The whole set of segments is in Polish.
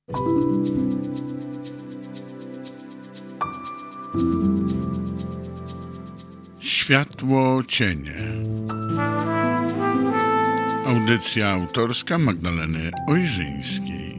Światło, cienie. Audycja autorska Magdaleny Ojrzyńskiej.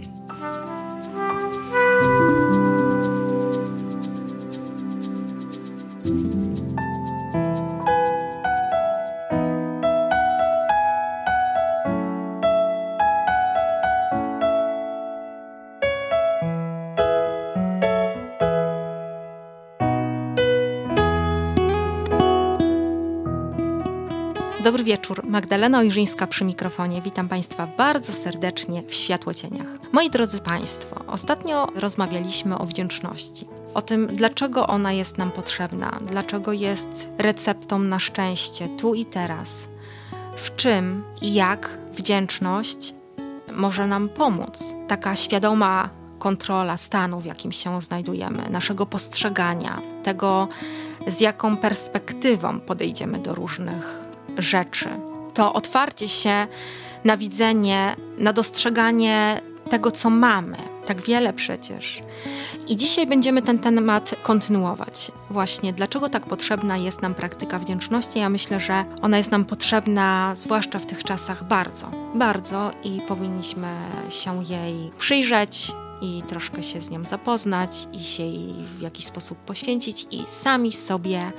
Dobry wieczór, Magdalena Ojrzyńska przy mikrofonie. Witam Państwa bardzo serdecznie w Światłocieniach. Moi drodzy Państwo, ostatnio rozmawialiśmy o wdzięczności. O tym, dlaczego ona jest nam potrzebna, dlaczego jest receptą na szczęście tu i teraz. W czym i jak wdzięczność może nam pomóc. Taka świadoma kontrola stanu, w jakim się znajdujemy, naszego postrzegania, tego, z jaką perspektywą podejdziemy do różnych rzeczy. To otwarcie się na widzenie, na dostrzeganie tego, co mamy. Tak wiele przecież. I dzisiaj będziemy ten temat kontynuować. Właśnie, dlaczego tak potrzebna jest nam praktyka wdzięczności? Ja myślę, że ona jest nam potrzebna, zwłaszcza w tych czasach, bardzo i powinniśmy się jej przyjrzeć i troszkę się z nią zapoznać i się jej w jakiś sposób poświęcić i sami sobie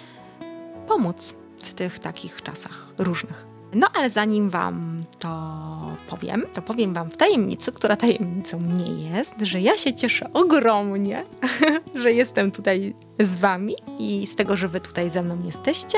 pomóc w tych takich czasach różnych. No ale zanim Wam to powiem Wam w tajemnicy, która tajemnicą nie jest, że ja się cieszę ogromnie, że jestem tutaj z Wami i z tego, że Wy tutaj ze mną jesteście.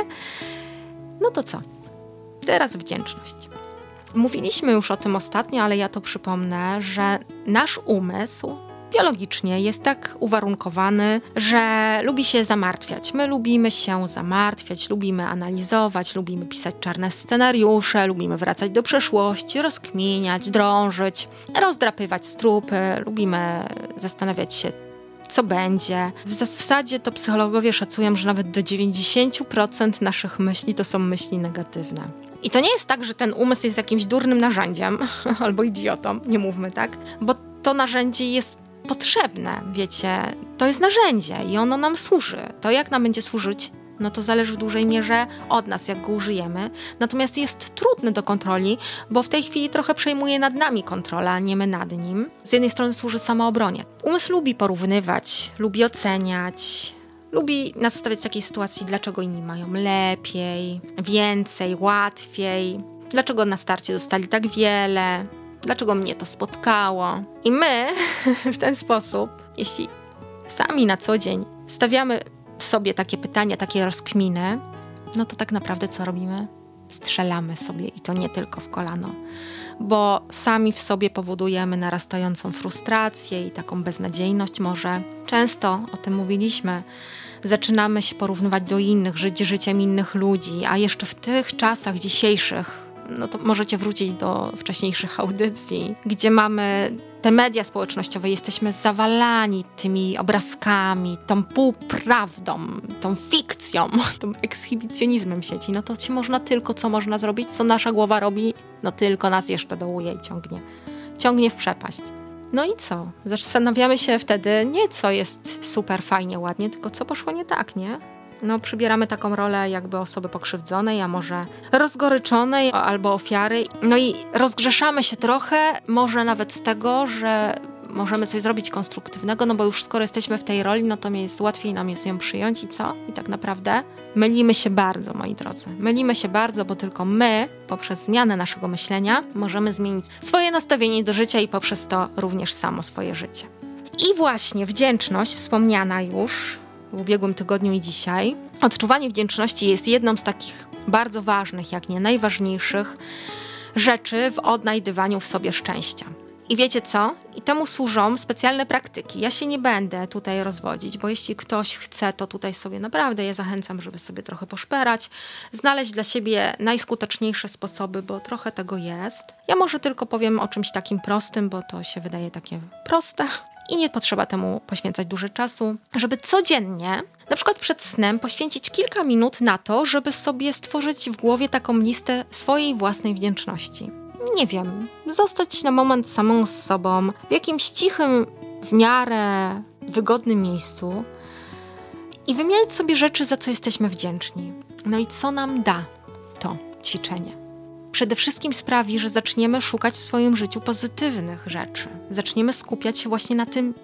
No to co? Teraz wdzięczność. Mówiliśmy już o tym ostatnio, ale ja to przypomnę, że nasz umysł biologicznie jest tak uwarunkowany, że lubi się zamartwiać. My lubimy się zamartwiać, lubimy analizować, lubimy pisać czarne scenariusze, lubimy wracać do przeszłości, rozkminiać, drążyć, rozdrapywać strupy, lubimy zastanawiać się, co będzie. W zasadzie to psychologowie szacują, że nawet do 90% naszych myśli to są myśli negatywne. I to nie jest tak, że ten umysł jest jakimś durnym narzędziem albo idiotą, nie mówmy tak, bo to narzędzie jest potrzebne, wiecie, to jest narzędzie i ono nam służy. To jak nam będzie służyć, no to zależy w dużej mierze od nas, jak go użyjemy. Natomiast jest trudny do kontroli, bo w tej chwili trochę przejmuje nad nami kontrola, a nie my nad nim. Z jednej strony służy samoobronie. Umysł lubi porównywać, lubi oceniać, lubi nas stawiać w takiej sytuacji, dlaczego inni mają lepiej, więcej, łatwiej, dlaczego na starcie dostali tak wiele, dlaczego mnie to spotkało. I my w ten sposób, jeśli sami na co dzień stawiamy sobie takie pytania, takie rozkminy, no to tak naprawdę co robimy? Strzelamy sobie i to nie tylko w kolano, bo sami w sobie powodujemy narastającą frustrację i taką beznadziejność może. Często o tym mówiliśmy, zaczynamy się porównywać do innych, żyć życiem innych ludzi, a jeszcze w tych czasach dzisiejszych, no to możecie wrócić do wcześniejszych audycji, gdzie mamy te media społecznościowe, jesteśmy zawalani tymi obrazkami, tą półprawdą, tą fikcją, tym ekshibicjonizmem w sieci. No to się można tylko, co można zrobić, co nasza głowa robi, no tylko nas jeszcze dołuje i ciągnie w przepaść. No i co? Zastanawiamy się wtedy nie co jest super, fajnie, ładnie, tylko co poszło nie tak, nie? No, przybieramy taką rolę jakby osoby pokrzywdzonej, a może rozgoryczonej albo ofiary. No i rozgrzeszamy się trochę, może nawet z tego, że możemy coś zrobić konstruktywnego, no bo już skoro jesteśmy w tej roli, no to łatwiej nam jest ją przyjąć i co? I tak naprawdę mylimy się bardzo, moi drodzy. Mylimy się bardzo, bo tylko my, poprzez zmianę naszego myślenia, możemy zmienić swoje nastawienie do życia i poprzez to również samo swoje życie. I właśnie wdzięczność, wspomniana już w ubiegłym tygodniu i dzisiaj. Odczuwanie wdzięczności jest jedną z takich bardzo ważnych, jak nie najważniejszych rzeczy w odnajdywaniu w sobie szczęścia. I wiecie co? I temu służą specjalne praktyki. Ja się nie będę tutaj rozwodzić, bo jeśli ktoś chce, to tutaj sobie naprawdę ja zachęcam, żeby sobie trochę poszperać, znaleźć dla siebie najskuteczniejsze sposoby, bo trochę tego jest. Ja może tylko powiem o czymś takim prostym, bo to się wydaje takie proste. I nie potrzeba temu poświęcać dużo czasu, żeby codziennie, na przykład przed snem, poświęcić kilka minut na to, żeby sobie stworzyć w głowie taką listę swojej własnej wdzięczności. nie wiem, zostać na moment samą z sobą, w jakimś cichym, w miarę wygodnym miejscu i wymieniać sobie rzeczy, za co jesteśmy wdzięczni. No i co nam da to ćwiczenie? Przede wszystkim sprawi, że zaczniemy szukać w swoim życiu pozytywnych rzeczy. Zaczniemy skupiać się właśnie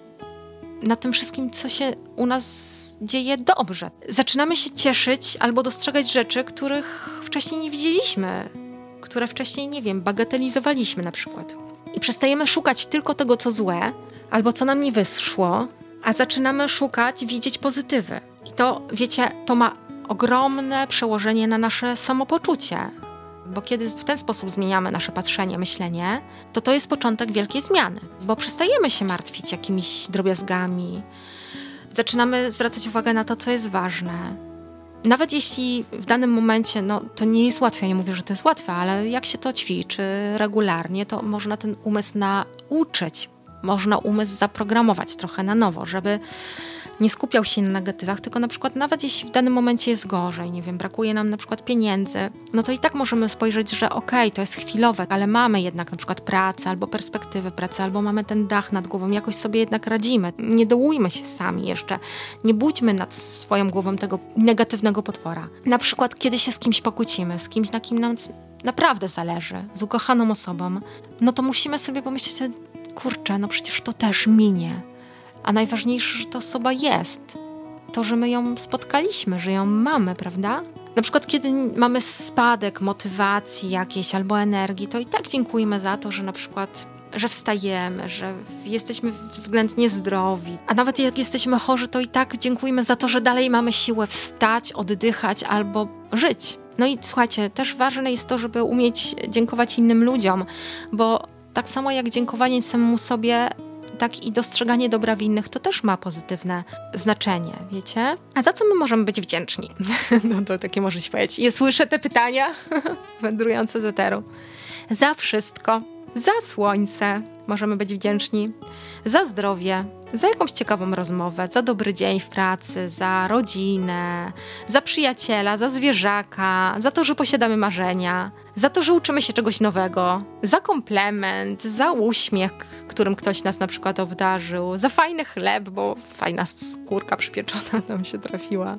na tym wszystkim, co się u nas dzieje dobrze. Zaczynamy się cieszyć albo dostrzegać rzeczy, których wcześniej nie widzieliśmy, które wcześniej, nie wiem, bagatelizowaliśmy na przykład. I przestajemy szukać tylko tego, co złe, albo co nam nie wyszło, a zaczynamy szukać, widzieć pozytywy. I to, wiecie, to ma ogromne przełożenie na nasze samopoczucie. Bo kiedy w ten sposób zmieniamy nasze patrzenie, myślenie, to jest początek wielkiej zmiany. Bo przestajemy się martwić jakimiś drobiazgami. Zaczynamy zwracać uwagę na to, co jest ważne. Nawet jeśli w danym momencie, to nie jest łatwe, ja nie mówię, że to jest łatwe, ale jak się to ćwiczy regularnie, to można ten umysł nauczyć. Można umysł zaprogramować trochę na nowo, żeby nie skupiał się na negatywach, tylko na przykład nawet jeśli w danym momencie jest gorzej, nie wiem, brakuje nam na przykład pieniędzy, no to i tak możemy spojrzeć, że okej, to jest chwilowe, ale mamy jednak na przykład pracę albo perspektywę pracy, albo mamy ten dach nad głową, jakoś sobie jednak radzimy. Nie dołujmy się sami jeszcze, nie budźmy nad swoją głową tego negatywnego potwora. Na przykład kiedy się z kimś pokłócimy, z kimś, na kim nam naprawdę zależy, z ukochaną osobą, no to musimy sobie pomyśleć, kurczę, no przecież to też minie. A najważniejsze, że ta osoba jest. To, że my ją spotkaliśmy, że ją mamy, prawda? Na przykład, kiedy mamy spadek motywacji jakiejś albo energii, to i tak dziękujemy za to, że na przykład, że wstajemy, że jesteśmy względnie zdrowi. A nawet jak jesteśmy chorzy, to i tak dziękujemy za to, że dalej mamy siłę wstać, oddychać albo żyć. No i słuchajcie, też ważne jest to, żeby umieć dziękować innym ludziom, bo tak samo jak dziękowanie samemu sobie, tak i dostrzeganie dobra w innych, to też ma pozytywne znaczenie, wiecie? A za co my możemy być wdzięczni? No to takie może się powiedzieć. I słyszę te pytania wędrujące z eteru. Za wszystko. Za słońce możemy być wdzięczni. Za zdrowie. Za jakąś ciekawą rozmowę. Za dobry dzień w pracy. Za rodzinę. Za przyjaciela. Za zwierzaka. Za to, że posiadamy marzenia. Za to, że uczymy się czegoś nowego. Za komplement. Za uśmiech, którym ktoś nas na przykład obdarzył. Za fajny chleb, bo fajna skórka przypieczona nam się trafiła.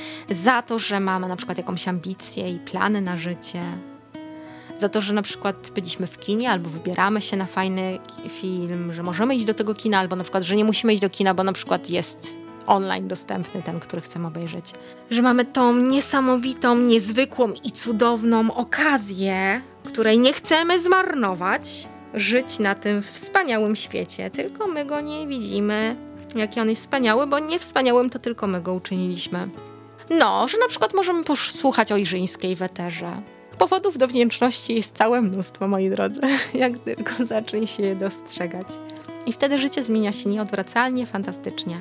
Za to, że mamy na przykład jakąś ambicję i plany na życie. Za to, że na przykład byliśmy w kinie albo wybieramy się na fajny film, że możemy iść do tego kina, albo na przykład, że nie musimy iść do kina, bo na przykład jest online dostępny ten, który chcemy obejrzeć. Że mamy tą niesamowitą, niezwykłą i cudowną okazję, której nie chcemy zmarnować, żyć na tym wspaniałym świecie, tylko my go nie widzimy, jaki on jest wspaniały, bo nie wspaniałym to tylko my go uczyniliśmy. No, że na przykład możemy posłuchać Ojrzyńskiej w eterze. Powodów do wdzięczności jest całe mnóstwo, moi drodzy, jak tylko zacznie się je dostrzegać. I wtedy życie zmienia się nieodwracalnie, fantastycznie.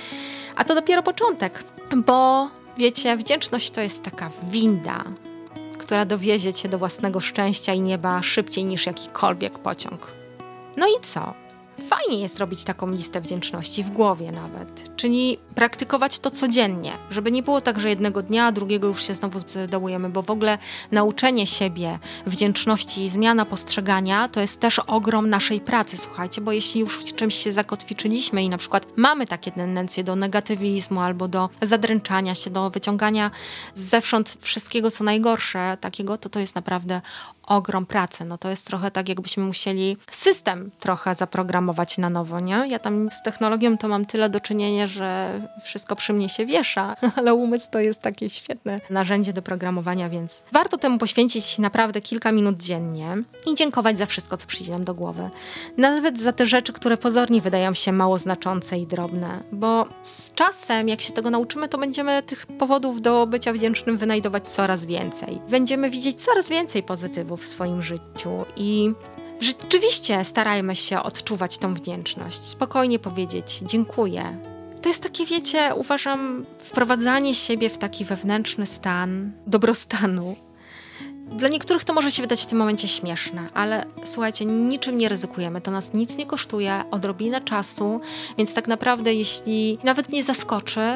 A to dopiero początek, bo wiecie, wdzięczność to jest taka winda, która dowiezie cię do własnego szczęścia i nieba szybciej niż jakikolwiek pociąg. No i co? Fajnie jest robić taką listę wdzięczności w głowie nawet, czyli praktykować to codziennie, żeby nie było tak, że jednego dnia, a drugiego już się znowu zdołujemy, bo w ogóle nauczenie siebie wdzięczności i zmiana postrzegania to jest też ogrom naszej pracy, słuchajcie, bo jeśli już w czymś się zakotwiczyliśmy i na przykład mamy takie tendencje do negatywizmu albo do zadręczania się, do wyciągania zewsząd wszystkiego, co najgorsze takiego, to jest naprawdę ogrom pracy. No to jest trochę tak, jakbyśmy musieli system trochę zaprogramować na nowo, nie? Ja tam z technologią to mam tyle do czynienia, że wszystko przy mnie się wiesza, ale umysł to jest takie świetne narzędzie do programowania, więc warto temu poświęcić naprawdę kilka minut dziennie i dziękować za wszystko, co przyjdzie nam do głowy. Nawet za te rzeczy, które pozornie wydają się mało znaczące i drobne, bo z czasem, jak się tego nauczymy, to będziemy tych powodów do bycia wdzięcznym wynajdować coraz więcej. Będziemy widzieć coraz więcej pozytywów w swoim życiu i rzeczywiście starajmy się odczuwać tą wdzięczność. Spokojnie powiedzieć dziękuję. To jest takie, wiecie, uważam, wprowadzanie siebie w taki wewnętrzny stan dobrostanu. Dla niektórych to może się wydać w tym momencie śmieszne, ale słuchajcie, niczym nie ryzykujemy. To nas nic nie kosztuje, odrobinę czasu, więc tak naprawdę jeśli nawet nie zaskoczy,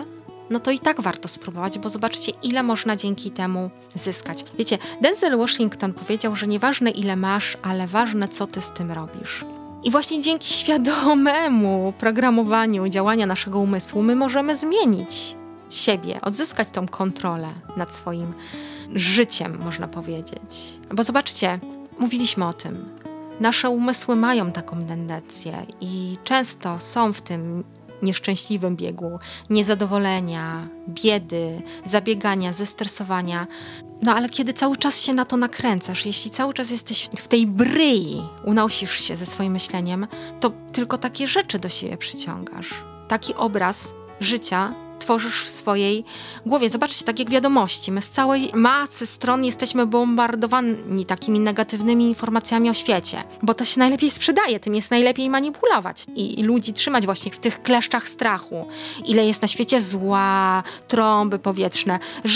no to i tak warto spróbować, bo zobaczcie, ile można dzięki temu zyskać. Wiecie, Denzel Washington powiedział, że nieważne ile masz, ale ważne co ty z tym robisz. I właśnie dzięki świadomemu programowaniu działania naszego umysłu my możemy zmienić siebie, odzyskać tą kontrolę nad swoim życiem, można powiedzieć. Bo zobaczcie, mówiliśmy o tym. Nasze umysły mają taką tendencję i często są w tym nieszczęśliwym biegu niezadowolenia, biedy, zabiegania, zestresowania. No ale kiedy cały czas się na to nakręcasz, jeśli cały czas jesteś w tej bryi, unosisz się ze swoim myśleniem, to tylko takie rzeczy do siebie przyciągasz. Taki obraz życia tworzysz w swojej głowie. Zobaczcie, tak jak wiadomości. My z całej masy stron jesteśmy bombardowani takimi negatywnymi informacjami o świecie, bo to się najlepiej sprzedaje, tym jest najlepiej manipulować i ludzi trzymać właśnie w tych kleszczach strachu. Ile jest na świecie zła, trąby powietrzne,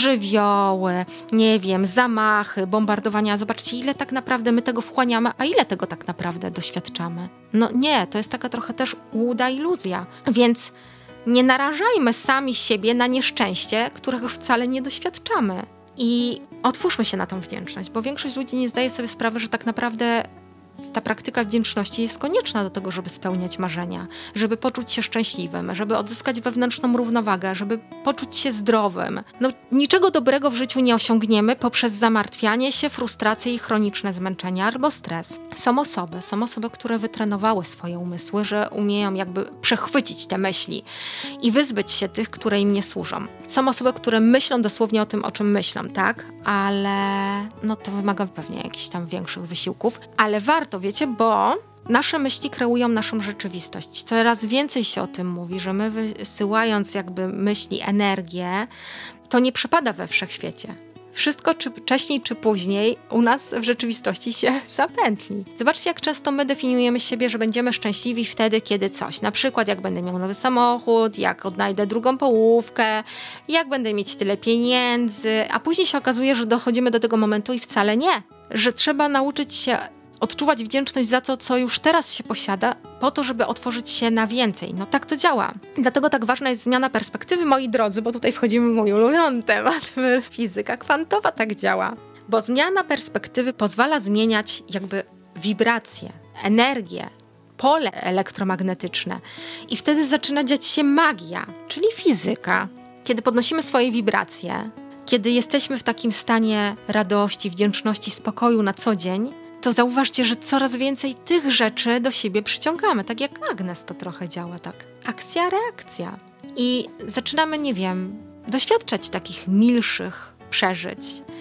żywioły, nie wiem, zamachy, bombardowania. Zobaczcie, ile tak naprawdę my tego wchłaniamy, a ile tego tak naprawdę doświadczamy. No nie, to jest taka trochę też łuda iluzja. Więc nie narażajmy sami siebie na nieszczęście, którego wcale nie doświadczamy. I otwórzmy się na tą wdzięczność, bo większość ludzi nie zdaje sobie sprawy, że tak naprawdę ta praktyka wdzięczności jest konieczna do tego, żeby spełniać marzenia, żeby poczuć się szczęśliwym, żeby odzyskać wewnętrzną równowagę, żeby poczuć się zdrowym. No, niczego dobrego w życiu nie osiągniemy poprzez zamartwianie się, frustrację i chroniczne zmęczenie albo stres. Są osoby, które wytrenowały swoje umysły, że umieją jakby przechwycić te myśli i wyzbyć się tych, które im nie służą. Są osoby, które myślą dosłownie o tym, o czym myślą, tak? Ale no to wymaga pewnie jakichś tam większych wysiłków, ale warto, wiecie, bo nasze myśli kreują naszą rzeczywistość. Coraz więcej się o tym mówi, że my wysyłając jakby myśli, energię, to nie przepada we wszechświecie. Wszystko czy wcześniej, czy później u nas w rzeczywistości się zapętli. Zobaczcie, jak często my definiujemy siebie, że będziemy szczęśliwi wtedy, kiedy coś. Na przykład, jak będę miał nowy samochód, jak odnajdę drugą połówkę, jak będę mieć tyle pieniędzy, a później się okazuje, że dochodzimy do tego momentu i wcale nie. Że trzeba nauczyć się odczuwać wdzięczność za to, co już teraz się posiada, po to, żeby otworzyć się na więcej. No tak to działa. Dlatego tak ważna jest zmiana perspektywy, moi drodzy, bo tutaj wchodzimy w mój ulubiony temat. Fizyka kwantowa tak działa. Bo zmiana perspektywy pozwala zmieniać jakby wibracje, energię, pole elektromagnetyczne. I wtedy zaczyna dziać się magia, czyli fizyka. Kiedy podnosimy swoje wibracje, kiedy jesteśmy w takim stanie radości, wdzięczności, spokoju na co dzień, to zauważcie, że coraz więcej tych rzeczy do siebie przyciągamy. Tak jak magnes to trochę działa, tak. Akcja, reakcja. I zaczynamy, nie wiem, doświadczać takich milszych przeżyć.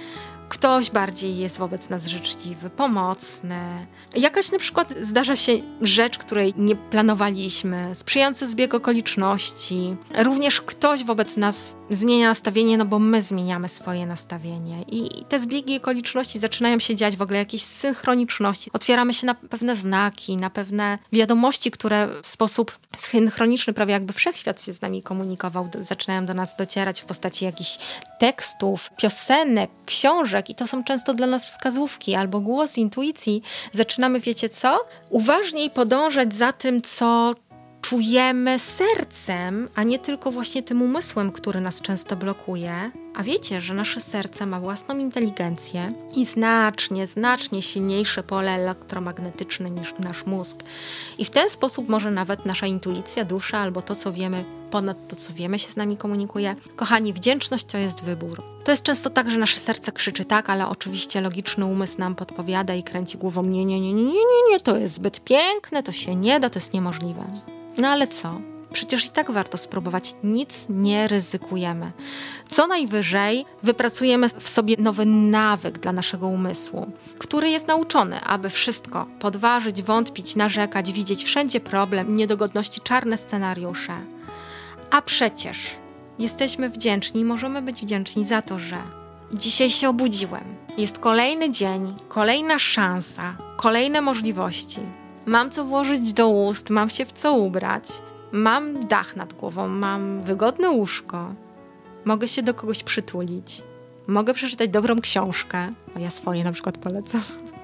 Ktoś bardziej jest wobec nas życzliwy, pomocny. Jakaś na przykład zdarza się rzecz, której nie planowaliśmy, sprzyjający zbieg okoliczności. Również ktoś wobec nas zmienia nastawienie, no bo my zmieniamy swoje nastawienie. I te zbiegi okoliczności zaczynają się dziać, w ogóle jakieś synchroniczności. Otwieramy się na pewne znaki, na pewne wiadomości, które w sposób synchroniczny, prawie jakby wszechświat się z nami komunikował, zaczynają do nas docierać w postaci jakichś tekstów, piosenek, książek i to są często dla nas wskazówki albo głos intuicji. Zaczynamy, wiecie co? Uważniej podążać za tym, co czujemy sercem, a nie tylko właśnie tym umysłem, który nas często blokuje. A wiecie, że nasze serce ma własną inteligencję i znacznie silniejsze pole elektromagnetyczne niż nasz mózg. I w ten sposób może nawet nasza intuicja, dusza albo to, co wiemy, ponad to, co wiemy, się z nami komunikuje. Kochani, wdzięczność to jest wybór. To jest często tak, że nasze serce krzyczy tak, ale oczywiście logiczny umysł nam podpowiada i kręci głową nie, to jest zbyt piękne, to się nie da, to jest niemożliwe. No ale co? Przecież i tak warto spróbować. Nic nie ryzykujemy. Co najwyżej wypracujemy w sobie nowy nawyk dla naszego umysłu, który jest nauczony, aby wszystko podważyć, wątpić, narzekać, widzieć wszędzie problem, niedogodności, czarne scenariusze. A przecież jesteśmy wdzięczni, możemy być wdzięczni za to, że dzisiaj się obudziłem. Jest kolejny dzień, kolejna szansa, kolejne możliwości. Mam co włożyć do ust, mam się w co ubrać. Mam dach nad głową, mam wygodne łóżko, mogę się do kogoś przytulić, mogę przeczytać dobrą książkę, ja swoje na przykład polecam.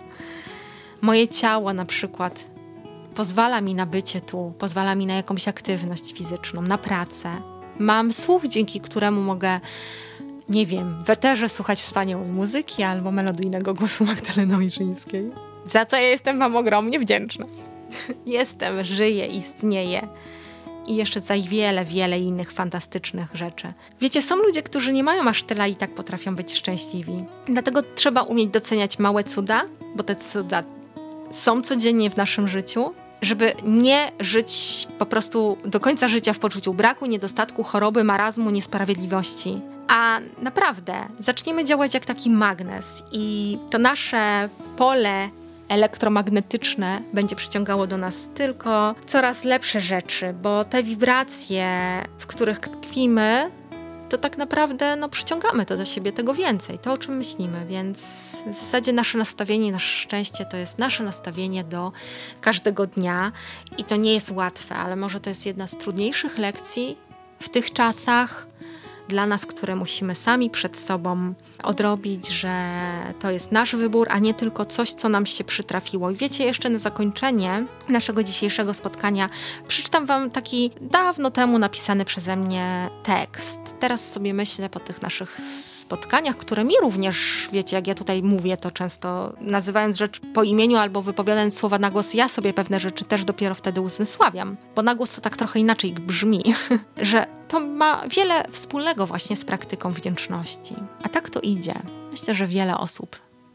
Moje ciało na przykład pozwala mi na bycie tu, pozwala mi na jakąś aktywność fizyczną, na pracę. Mam słuch, dzięki któremu mogę, nie wiem, w eterze słuchać wspaniałej muzyki albo melodyjnego głosu Magdaleny Ojrzyńskiej. Za co ja jestem wam ogromnie wdzięczna. Jestem, żyję, istnieję. I jeszcze za wiele, wiele innych fantastycznych rzeczy. Wiecie, są ludzie, którzy nie mają aż tyle i tak potrafią być szczęśliwi. Dlatego trzeba umieć doceniać małe cuda, bo te cuda są codziennie w naszym życiu, żeby nie żyć po prostu do końca życia w poczuciu braku, niedostatku, choroby, marazmu, niesprawiedliwości. A naprawdę zaczniemy działać jak taki magnes i to nasze pole elektromagnetyczne będzie przyciągało do nas tylko coraz lepsze rzeczy, bo te wibracje, w których tkwimy, to tak naprawdę przyciągamy to do siebie, tego więcej, to o czym myślimy, więc w zasadzie nasze nastawienie, nasze szczęście to jest nasze nastawienie do każdego dnia i to nie jest łatwe, ale może to jest jedna z trudniejszych lekcji w tych czasach dla nas, które musimy sami przed sobą odrobić, że to jest nasz wybór, a nie tylko coś, co nam się przytrafiło. I wiecie, jeszcze na zakończenie naszego dzisiejszego spotkania przeczytam wam taki dawno temu napisany przeze mnie tekst. Teraz sobie myślę po tych naszych spotkaniach, które mi również, wiecie, jak ja tutaj mówię, to często nazywając rzecz po imieniu albo wypowiadając słowa na głos, ja sobie pewne rzeczy też dopiero wtedy uzmysławiam, bo na głos to tak trochę inaczej brzmi, że to ma wiele wspólnego właśnie z praktyką wdzięczności. A tak to idzie. Myślę, że wiele osób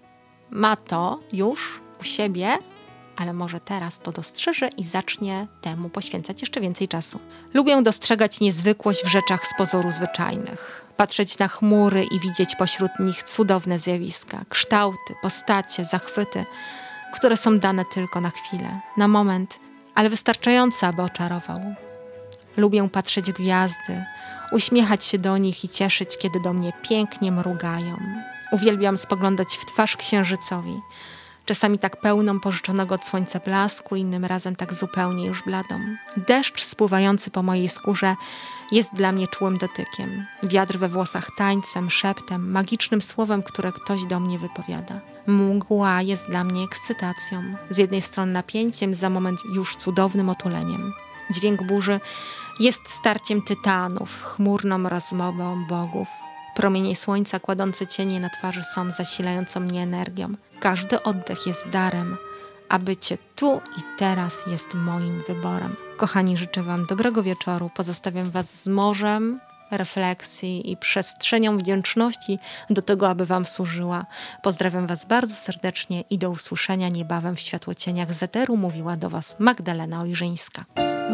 ma to już u siebie, ale może teraz to dostrzeże i zacznie temu poświęcać jeszcze więcej czasu. Lubię dostrzegać niezwykłość w rzeczach z pozoru zwyczajnych. Patrzeć na chmury i widzieć pośród nich cudowne zjawiska, kształty, postacie, zachwyty, które są dane tylko na chwilę, na moment, ale wystarczające, aby oczarował. Lubię patrzeć w gwiazdy, uśmiechać się do nich i cieszyć, kiedy do mnie pięknie mrugają. Uwielbiam spoglądać w twarz księżycowi, czasami tak pełną pożyczonego od słońca blasku, innym razem tak zupełnie już bladą. Deszcz spływający po mojej skórze jest dla mnie czułym dotykiem. Wiatr we włosach tańcem, szeptem, magicznym słowem, które ktoś do mnie wypowiada. Mgła jest dla mnie ekscytacją. Z jednej strony napięciem, za moment już cudownym otuleniem. Dźwięk burzy jest starciem tytanów, chmurną rozmową bogów. Promienie słońca kładące cienie na twarzy są zasilającą mnie energią. Każdy oddech jest darem, a bycie tu i teraz jest moim wyborem. Kochani, życzę wam dobrego wieczoru. Pozostawiam was z morzem refleksji i przestrzenią wdzięczności do tego, aby wam służyła. Pozdrawiam was bardzo serdecznie i do usłyszenia niebawem w Światłocieniach z eteru. Mówiła do was Magdalena Ojrzyńska.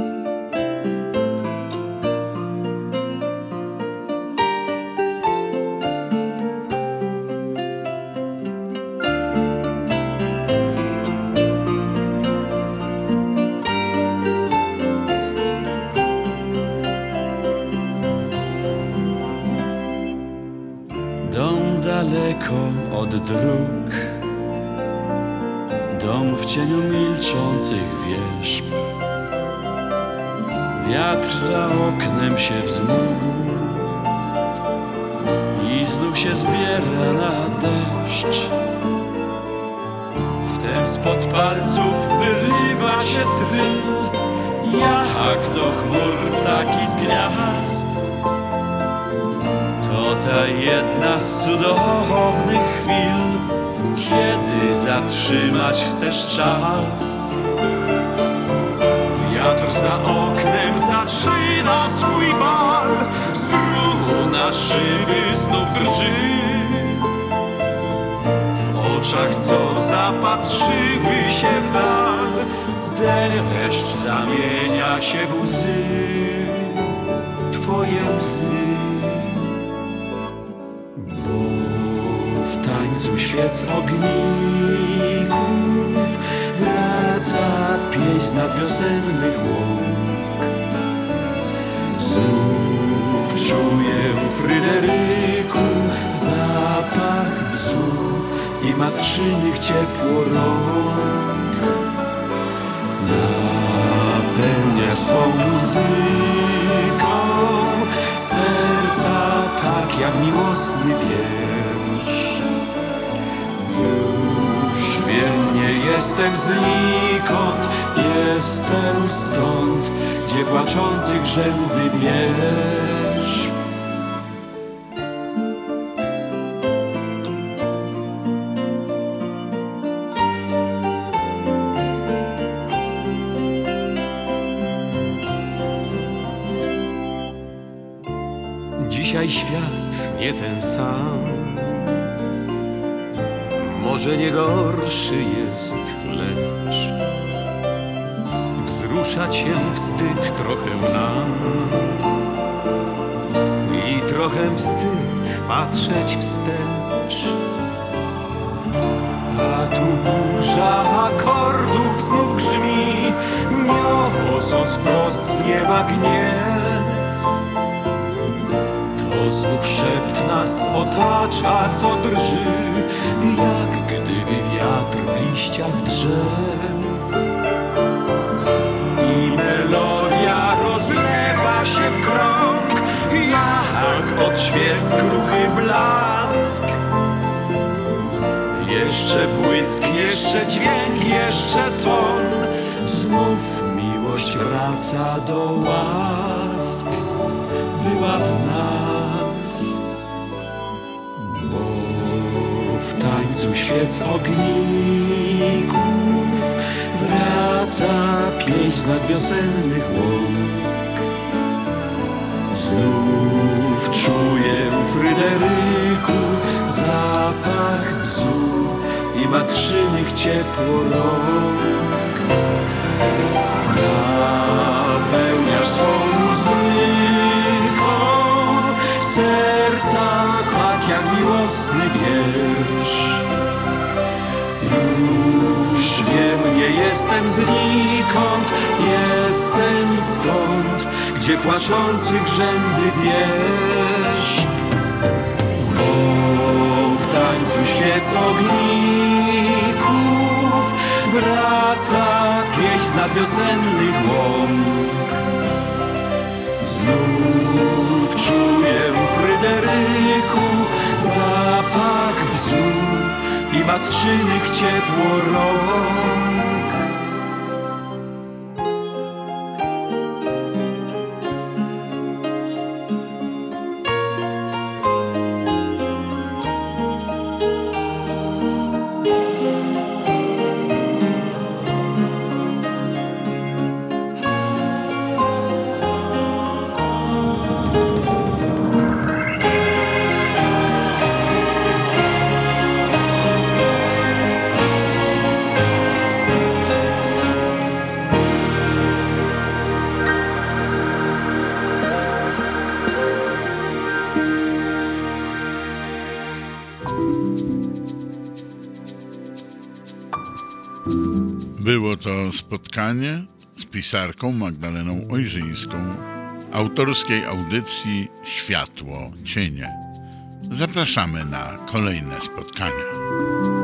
Daleko od dróg, dom w cieniu milczących wierzb. Wiatr za oknem się wzmógł i znów się zbiera na deszcz. Wtem spod palców wyrywa się tryl, jak do chmur ptaki z gniazd. To ta jedna z cudownych chwil, kiedy zatrzymać chcesz czas. Wiatr za oknem zaczyna swój bal, struna szyby znów drży. W oczach, co zapatrzyły się w dal, deszcz zamienia się w łzy, twoje łzy. W tańcu świec ogników wraca pieśń nadwiosennych łąk. Znów czuję w Fryderyku zapach bzu i matczynych ciepło rąk. Napełnia swą muzyką serca tak jak miłosny wiersz. Już wiem, nie jestem znikąd, jestem stąd, gdzie płaczących rzędy wiersz. Dzisiaj świat nie ten sam, może nie gorszy jest, lecz wzruszać się wstyd trochę nam i trochę wstyd patrzeć wstecz. A tu burza akordów znów grzmi, niosąc prost z nieba gniew. To znów szept nas otacza, co drży, jak gdyby wiatr w liściach drzew. I melodia rozlewa się w krąg, jak od świec kruchy blask. Jeszcze błysk, jeszcze dźwięk, jeszcze ton, znów miłość wraca do łask. Była w nas, bo w tańcu świec ogników wraca pieśń nadwiosennych łąk. Znów czuję w Fryderyku zapach bzu i matrzynych ciepło rąk. Napełniasz swą muzyką serca, tak jak miłosny wiersz. Już wiem, nie jestem znikąd, jestem stąd, gdzie płaczących rzędy wiesz. Bo w tańcu świec ogników wraca pieśń nadwiosennych łąk. Znów czuję w Fryderyku zapach bzu i matczynych ciepło rąk. Było to spotkanie z pisarką Magdaleną Ojrzyńską, autorskiej audycji Światło, Cienie. Zapraszamy na kolejne spotkania.